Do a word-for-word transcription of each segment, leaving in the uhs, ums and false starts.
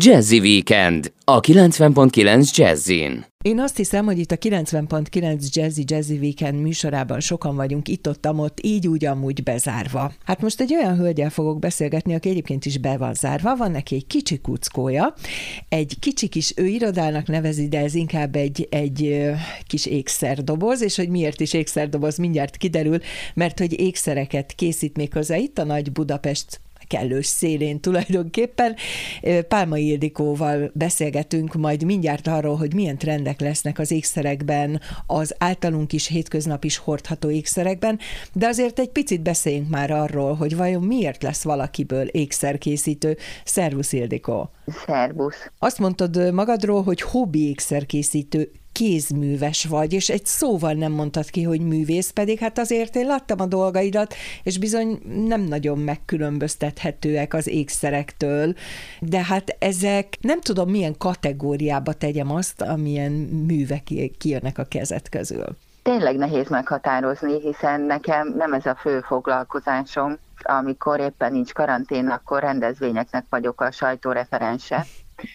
Jazzy Weekend a kilencven pont kilenc Jazzin. Én azt hiszem, hogy itt a kilencven pont kilenc Jazzy Jazzy Weekend műsorában sokan vagyunk itt-ott-ott, így úgy amúgy bezárva. Hát most egy olyan hölgyel fogok beszélgetni, aki egyébként is be van zárva, van neki egy kicsi kuckója, egy kicsi kis, ő irodának nevezi, de ez inkább egy, egy kis ékszerdoboz, és hogy miért is ékszerdoboz, mindjárt kiderül, mert hogy ékszereket készít még hozzá itt a Nagy Budapest kellős szélén tulajdonképpen. Pálmai Ildikóval beszélgetünk majd mindjárt arról, hogy milyen trendek lesznek az ékszerekben, az általunk is hétköznap is hordható ékszerekben, de azért egy picit beszéljünk már arról, hogy vajon miért lesz valakiből ékszerkészítő. Szervusz, Ildikó! Szervusz! Azt mondtad magadról, hogy hobbi ékszerkészítő, kézműves vagy, és egy szóval nem mondtad ki, hogy művész, pedig hát azért én láttam a dolgaidat, és bizony nem nagyon megkülönböztethetőek az ékszerektől, de hát ezek, nem tudom milyen kategóriába tegyem azt, amilyen művek kijönnek a kezed közül. Tényleg nehéz meghatározni, hiszen nekem nem ez a fő foglalkozásom. Amikor éppen nincs karantén, akkor rendezvényeknek vagyok a sajtóreferense,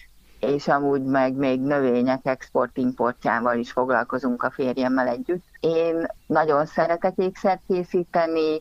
és amúgy meg még növények export-importjával is foglalkozunk a férjemmel együtt. Én nagyon szeretek ékszert készíteni,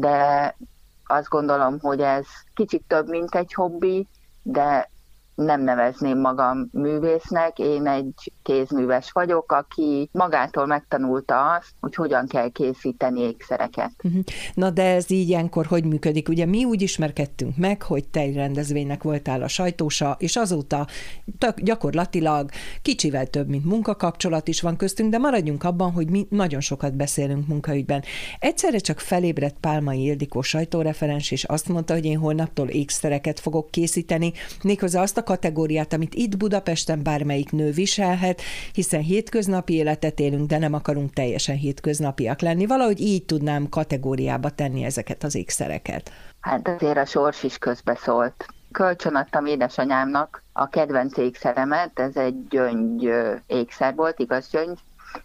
de azt gondolom, hogy ez kicsit több, mint egy hobbi, de nem nevezném magam művésznek, én egy kézműves vagyok, aki magától megtanulta azt, hogy hogyan kell készíteni ékszereket. Na de ez így ilyenkor hogy működik? Ugye mi úgy ismerkedtünk meg, hogy te egy rendezvénynek voltál a sajtósa, és azóta tök, gyakorlatilag kicsivel több, mint munkakapcsolat is van köztünk, de maradjunk abban, hogy mi nagyon sokat beszélünk munkaügyben. Egyszerre csak felébredt Pálmai Ildikó sajtóreferens, és azt mondta, hogy én holnaptól ékszereket fogok készíteni, méghozzá azt a kategóriát, amit itt Budapesten bármelyik nő viselhet, hiszen hétköznapi életet élünk, de nem akarunk teljesen hétköznapiak lenni. Valahogy így tudnám kategóriába tenni ezeket az ékszereket. Hát azért a sors is közbeszólt. Kölcsön adtam édesanyámnak a kedvenc ékszeremet, ez egy gyöngy ékszer volt, igaz gyöngy,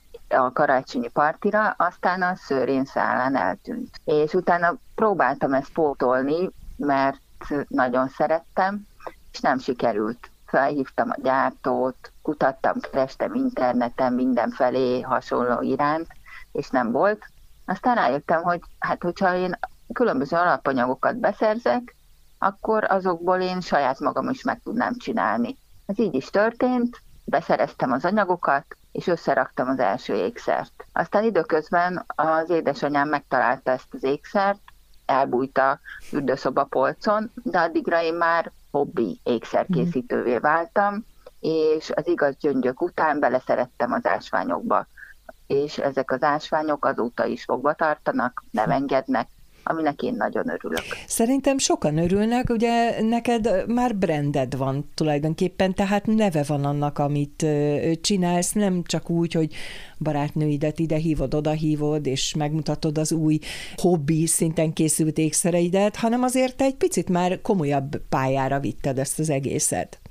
a karácsonyi partira, aztán a szőrényszálán eltűnt. És utána próbáltam ezt pótolni, mert nagyon szerettem, és nem sikerült. Felhívtam a gyártót, kutattam, kerestem interneten mindenfelé hasonló iránt, és nem volt. Aztán rájöttem, hogy hát hogyha én különböző alapanyagokat beszerzek, akkor azokból én saját magam is meg tudnám csinálni. Ez így is történt, beszereztem az anyagokat, és összeraktam az első ékszert. Aztán időközben az édesanyám megtalálta ezt az ékszert, elbújt a fürdőszoba polcon, de addigra én már hobbi ékszerkészítővé váltam, és az igaz gyöngyök után beleszerettem az ásványokba. És ezek az ásványok azóta is fogva tartanak, nem engednek, aminek én nagyon örülök. Szerintem sokan örülnek, ugye neked már branded van tulajdonképpen, tehát neve van annak, amit csinálsz, nem csak úgy, hogy barátnőidet ide hívod, oda hívod, és megmutatod az új hobbi szinten készült ékszereidet, hanem azért egy picit már komolyabb pályára vitted ezt az egészet.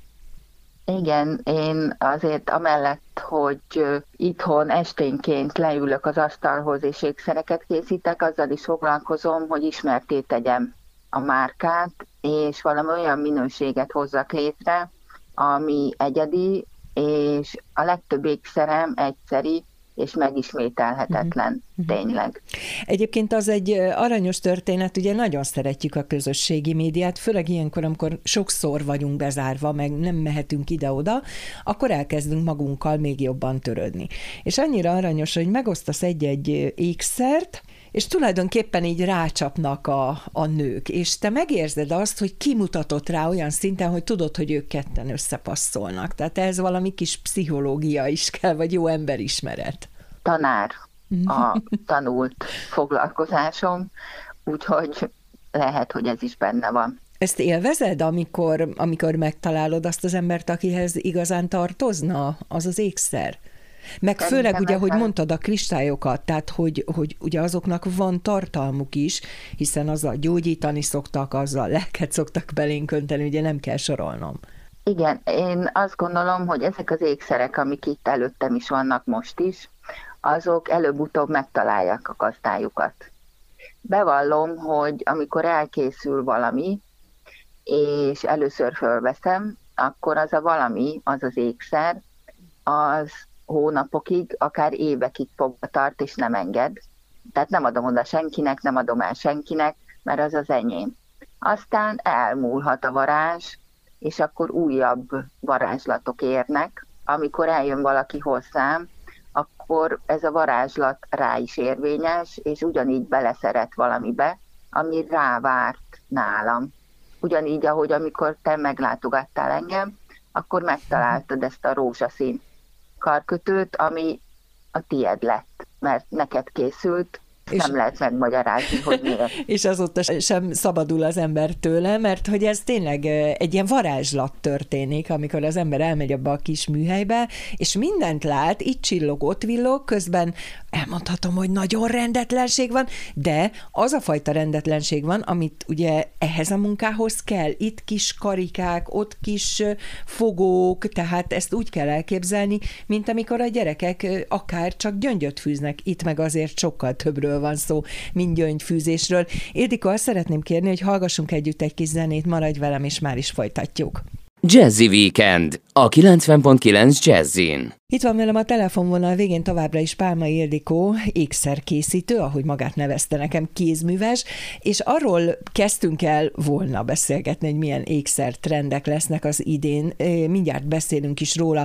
Igen, én azért amellett, hogy itthon esténként leülök az asztalhoz és ékszereket készítek, azzal is foglalkozom, hogy ismertté tegyem a márkát, és valami olyan minőséget hozzak létre, ami egyedi, és a legtöbb ékszerem egyszeri, és megismételhetetlen, uh-huh. tényleg. Egyébként az egy aranyos történet, ugye nagyon szeretjük a közösségi médiát, főleg ilyenkor, amikor sokszor vagyunk bezárva, meg nem mehetünk ide-oda, akkor elkezdünk magunkkal még jobban törődni. És annyira aranyos, hogy megosztasz egy-egy ékszert, és tulajdonképpen így rácsapnak a, a nők, és te megérzed azt, hogy kimutatott rá olyan szinten, hogy tudod, hogy ők ketten összepasszolnak. Tehát ez valami kis pszichológia is kell, vagy jó emberismeret. Tanár a tanult foglalkozásom, úgyhogy lehet, hogy ez is benne van. Ezt élvezed, amikor, amikor megtalálod azt az embert, akihez igazán tartozna az az ékszer? Meg főleg ugye, hogy mondtad a kristályokat, tehát hogy, hogy ugye azoknak van tartalmuk is, hiszen azzal gyógyítani szoktak, azzal lelket szoktak belénk önteni, ugye nem kell sorolnom. Igen, én azt gondolom, hogy ezek az ékszerek, amik itt előttem is vannak most is, azok előbb-utóbb megtalálják a gazdájukat. Bevallom, hogy amikor elkészül valami, és először fölveszem, akkor az a valami, az az ékszer, az hónapokig, akár évekig fogva tart, és nem enged. Tehát nem adom oda senkinek, nem adom el senkinek, mert az az enyém. Aztán elmúlhat a varázs, és akkor újabb varázslatok érnek. Amikor eljön valaki hozzám, akkor ez a varázslat rá is érvényes, és ugyanígy beleszeret valamibe, ami rávárt nálam. Ugyanígy, ahogy amikor te meglátogattál engem, akkor megtaláltad ezt a rózsaszín karkötőt, ami a tied lett, mert neked készült, és nem lehet megmagyarázni, hogy miért. És azóta sem szabadul az ember tőle, mert hogy ez tényleg egy ilyen varázslat történik, amikor az ember elmegy abba a kis műhelybe, és mindent lát, itt csillog, ott villog, közben elmondhatom, hogy nagyon rendetlenség van, de az a fajta rendetlenség van, amit ugye ehhez a munkához kell. Itt kis karikák, ott kis fogók, tehát ezt úgy kell elképzelni, mint amikor a gyerekek akár csak gyöngyöt fűznek, itt meg azért sokkal többről van szó, mint gyöngyfűzésről. Ildikó, azt szeretném kérni, hogy hallgassunk együtt egy kis zenét, maradj velem, és már is folytatjuk. Jazzy Weekend a kilencven pont kilenc Jazzin. Itt van velem a telefonvonal végén továbbra is Pálmai Ildikó, ékszerkészítő, ahogy magát nevezte nekem, kézműves, és arról kezdtünk el volna beszélgetni, hogy milyen ékszertrendek lesznek az idén. Mindjárt beszélünk is róla,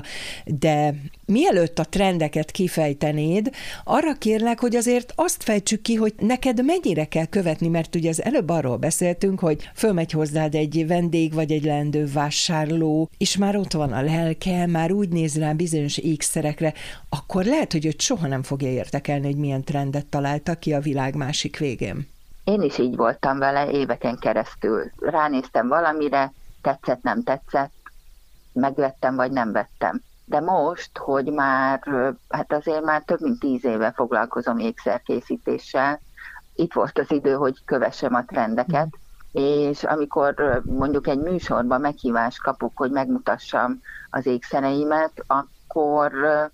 de mielőtt a trendeket kifejtenéd, arra kérlek, hogy azért azt fejtsük ki, hogy neked mennyire kell követni, mert ugye az előbb arról beszéltünk, hogy fölmegy hozzád egy vendég vagy egy leendő vásárló, és már ott van a lelke, már úgy néz rá bizonyos ékszerekre, akkor lehet, hogy őt soha nem fogja érdekelni, hogy milyen trendet találtak ki a világ másik végén. Én is így voltam vele éveken keresztül. Ránéztem valamire, tetszett, nem tetszett, megvettem, vagy nem vettem. De most, hogy már, hát azért már több mint tíz éve foglalkozom ékszerkészítéssel, itt volt az idő, hogy kövessem a trendeket, és amikor mondjuk egy műsorban meghívást kapok, hogy megmutassam az ékszereimet, akkor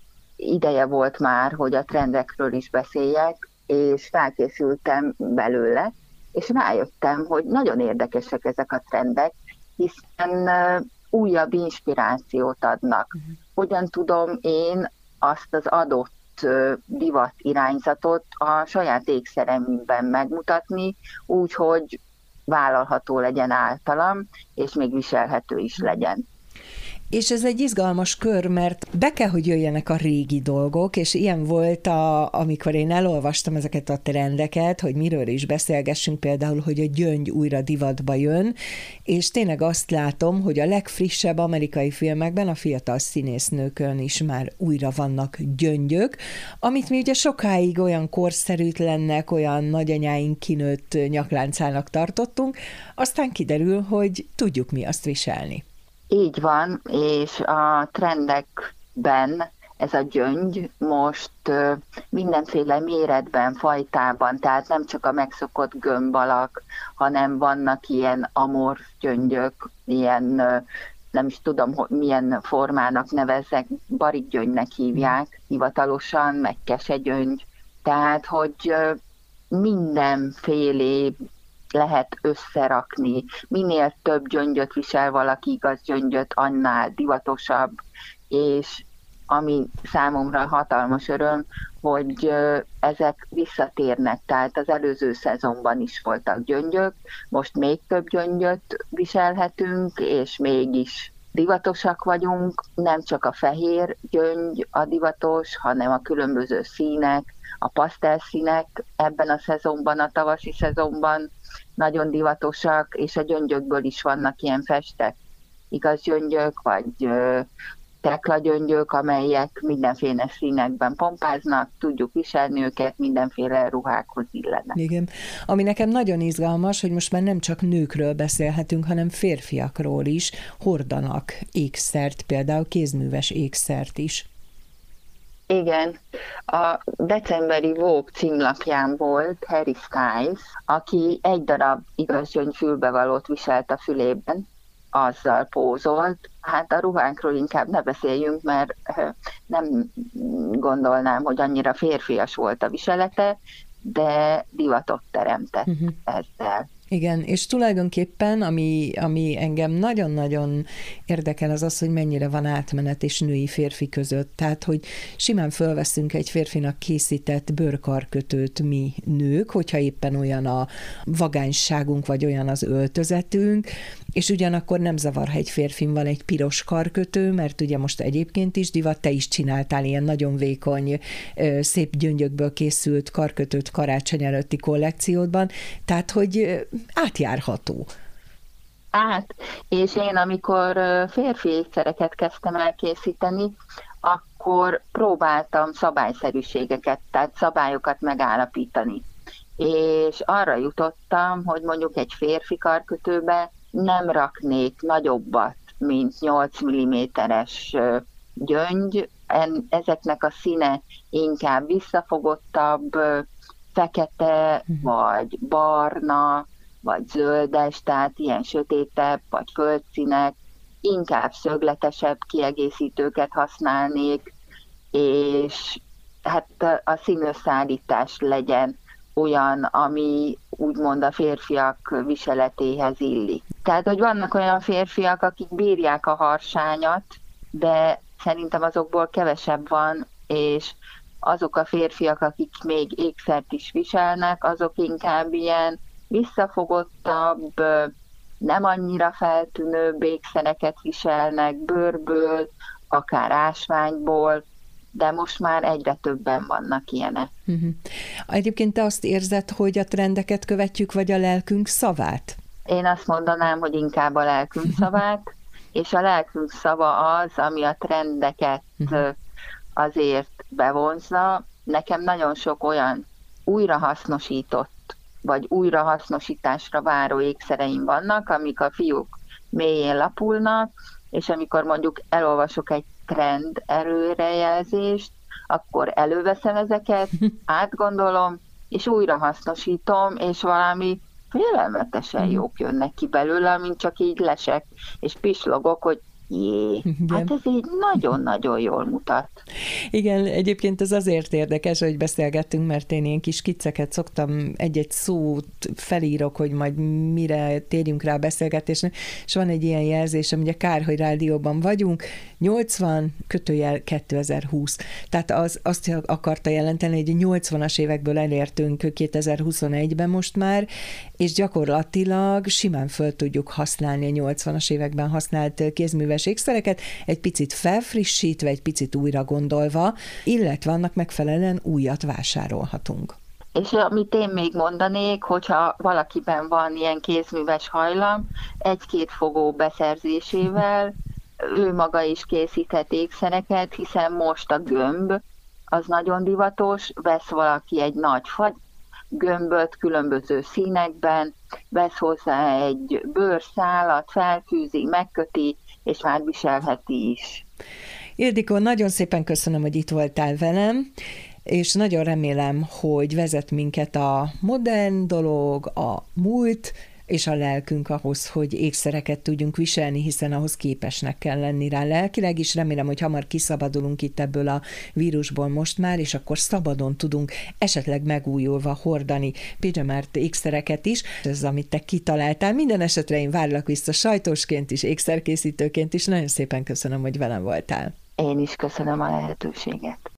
ideje volt már, hogy a trendekről is beszéljek, és felkészültem belőle, és rájöttem, hogy nagyon érdekesek ezek a trendek, hiszen újabb inspirációt adnak. Hogyan tudom én azt az adott divat irányzatot a saját ékszeremben megmutatni, úgy, hogy vállalható legyen általam, és még viselhető is legyen. És ez egy izgalmas kör, mert be kell, hogy jöjjenek a régi dolgok, és ilyen volt, a, amikor én elolvastam ezeket a trendeket, hogy miről is beszélgessünk, például, hogy a gyöngy újra divatba jön, és tényleg azt látom, hogy a legfrissebb amerikai filmekben a fiatal színésznőkön is már újra vannak gyöngyök, amit mi ugye sokáig olyan korszerűtlennek, olyan nagyanyáink kinőtt nyakláncának tartottunk, aztán kiderül, hogy tudjuk mi azt viselni. Így van, és a trendekben ez a gyöngy most mindenféle méretben, fajtában, tehát nem csak a megszokott gömbalak, hanem vannak ilyen amorf gyöngyök, ilyen, nem is tudom, hogy milyen formának nevezzek, barikgyöngynek hívják hivatalosan, meg kesegyöngy, tehát hogy mindenféle lehet összerakni. Minél több gyöngyöt visel valaki, igaz gyöngyöt, annál divatosabb, és ami számomra hatalmas öröm, hogy ezek visszatérnek, tehát az előző szezonban is voltak gyöngyök, most még több gyöngyöt viselhetünk, és mégis divatosak vagyunk, nem csak a fehér gyöngy a divatos, hanem a különböző színek, a pasztelszínek ebben a szezonban, a tavaszi szezonban nagyon divatosak, és a gyöngyökből is vannak ilyen festek, igaz gyöngyök, vagy ö, teklagyöngyök, amelyek mindenféle színekben pompáznak, tudjuk viselni őket, mindenféle ruhákhoz illenek. Igen. Ami nekem nagyon izgalmas, hogy most már nem csak nőkről beszélhetünk, hanem férfiakról is hordanak ékszert, például kézműves ékszert is. Igen, a decemberi Vogue címlapján volt Harry Styles, aki egy darab igazgyöngy fülbevalót viselt a fülében, azzal pózolt. Hát a ruhánkról inkább ne beszéljünk, mert nem gondolnám, hogy annyira férfias volt a viselete, de divatot teremtett uh-huh. ezzel. Igen, és tulajdonképpen, ami, ami engem nagyon-nagyon érdekel, az az, hogy mennyire van átmenet és női-férfi között. Tehát, hogy simán fölveszünk egy férfinak készített bőrkarkötőt mi nők, hogyha éppen olyan a vagányságunk, vagy olyan az öltözetünk, és ugyanakkor nem zavar, ha egy férfin van egy piros karkötő, mert ugye most egyébként is divat, te is csináltál ilyen nagyon vékony, szép gyöngyökből készült karkötőt karácsony előtti kollekciódban, tehát, hogy átjárható. Át, és én amikor férfi ékszereket kezdtem el készíteni, akkor próbáltam szabályszerűségeket, tehát szabályokat megállapítani. És arra jutottam, hogy mondjuk egy férfi karkötőbe nem raknék nagyobbat, mint nyolc milliméteres gyöngy. Ezeknek a színe inkább visszafogottabb, fekete, vagy barna, vagy zöldes, tehát ilyen sötétebb, vagy földszínek, inkább szögletesebb kiegészítőket használnék, és hát a színösszállítás legyen olyan, ami úgymond a férfiak viseletéhez illik. Tehát, hogy vannak olyan férfiak, akik bírják a harsányat, de szerintem azokból kevesebb van, és azok a férfiak, akik még ékszert is viselnek, azok inkább ilyen visszafogottabb, nem annyira feltűnő ékszereket viselnek, bőrből, akár ásványból, de most már egyre többen vannak ilyenek. Uh-huh. Egyébként te azt érzed, hogy a trendeket követjük, vagy a lelkünk szavát? Én azt mondanám, hogy inkább a lelkünk szavát, és a lelkünk szava az, ami a trendeket uh-huh. azért bevonzza. Nekem nagyon sok olyan újrahasznosított, vagy újrahasznosításra váró ékszereim vannak, amik a fiúk mélyén lapulnak, és amikor mondjuk elolvasok egy trend előrejelzést, akkor előveszem ezeket, átgondolom, és újrahasznosítom, és valami félelmetesen jók jönnek ki belőle, amint csak így lesek, és pislogok, hogy jé, hát ez így nagyon-nagyon jól mutat. Igen, egyébként ez azért érdekes, hogy beszélgettünk, mert én ilyen kis skicceket szoktam, egy-egy szót felírok, hogy majd mire térjünk rá a beszélgetésre, és van egy ilyen jelzés, ami ugye kár, hogy rádióban vagyunk, nyolcvan kötőjel kétezer-húsz. Tehát az, azt akarta jelenteni, hogy a nyolcvanas évekből elértünk kétezer-huszonegyben most már, és gyakorlatilag simán föl tudjuk használni a nyolcvanas években használt kézműves ékszereket, egy picit felfrissítve, egy picit újra gondolva, illetve annak megfelelően újat vásárolhatunk. És amit én még mondanék, hogyha valakiben van ilyen kézműves hajlam, egy-két fogó beszerzésével ő maga is készíthet ékszereket, hiszen most a gömb az nagyon divatos, vesz valaki egy nagy fagy, gömböt különböző színekben, vesz hozzá egy bőrszálat, felfűzi, megköti, és már viselheti is. Ildikó, nagyon szépen köszönöm, hogy itt voltál velem, és nagyon remélem, hogy vezet minket a modern dolog, a múlt, és a lelkünk ahhoz, hogy ékszereket tudjunk viselni, hiszen ahhoz képesnek kell lenni rá lelkileg is. Remélem, hogy hamar kiszabadulunk itt ebből a vírusból most már, és akkor szabadon tudunk esetleg megújulva hordani pizsamárt ékszereket is. Ez, amit te kitaláltál. Minden esetre én várlak vissza sajtósként is, ékszerkészítőként is. Nagyon szépen köszönöm, hogy velem voltál. Én is köszönöm a lehetőséget.